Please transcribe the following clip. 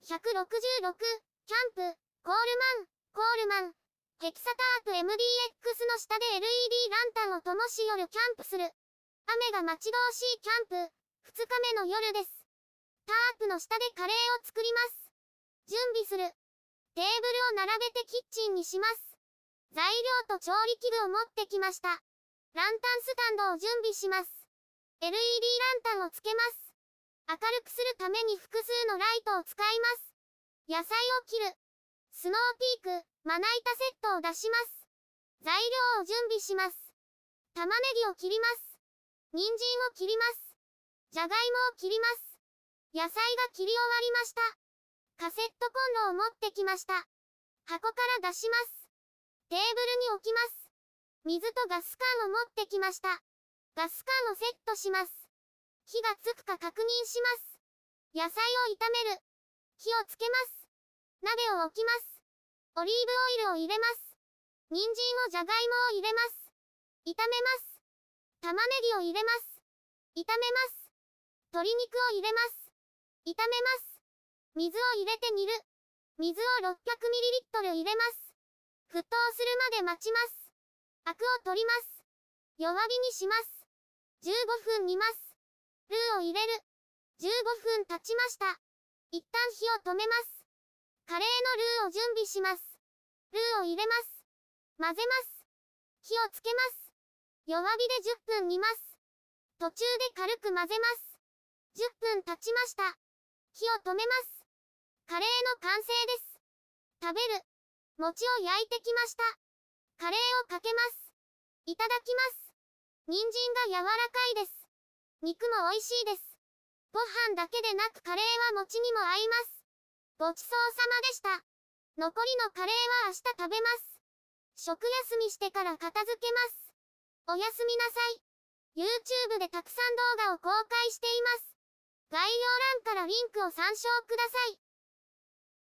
166、キャンプ、コールマン。ヘキサタープ MDX の下で LED ランタンを灯し夜キャンプする。雨が待ち遠しいキャンプ、2日目の夜です。タープの下でカレーを作ります。準備する。テーブルを並べてキッチンにします。材料と調理器具を持ってきました。ランタンスタンドを準備します。LED ランタンをつけます。明るくするために複数のライトを使います。野菜を切る。スノーピーク、まな板セットを出します。材料を準備します。玉ねぎを切ります。人参を切ります。じゃがいもを切ります。野菜が切り終わりました。カセットコンロを持ってきました。箱から出します。テーブルに置きます。水とガス缶を持ってきました。ガス缶をセットします。火がつくか確認します。野菜を炒める。火をつけます。鍋を置きます。オリーブオイルを入れます。人参をじゃがいもを入れます。炒めます。玉ねぎを入れます。炒めます。鶏肉を入れます。炒めます。水を入れて煮る。水を 600ml 入れます。沸騰するまで待ちます。アクを取ります。弱火にします。15分煮ます。ルーを入れる。15分経ちました。一旦火を止めます。カレーのルーを準備します。ルーを入れます。混ぜます。火をつけます。弱火で10分煮ます。途中で軽く混ぜます。10分経ちました。火を止めます。カレーの完成です。食べる。餅を焼いてきました。カレーをかけます。いただきます。人参が柔らかいです。肉も美味しいです。ご飯だけでなくカレーは餅にも合います。ごちそうさまでした。残りのカレーは明日食べます。食休みしてから片付けます。おやすみなさい。YouTube でたくさん動画を公開しています。概要欄からリンクを参照ください。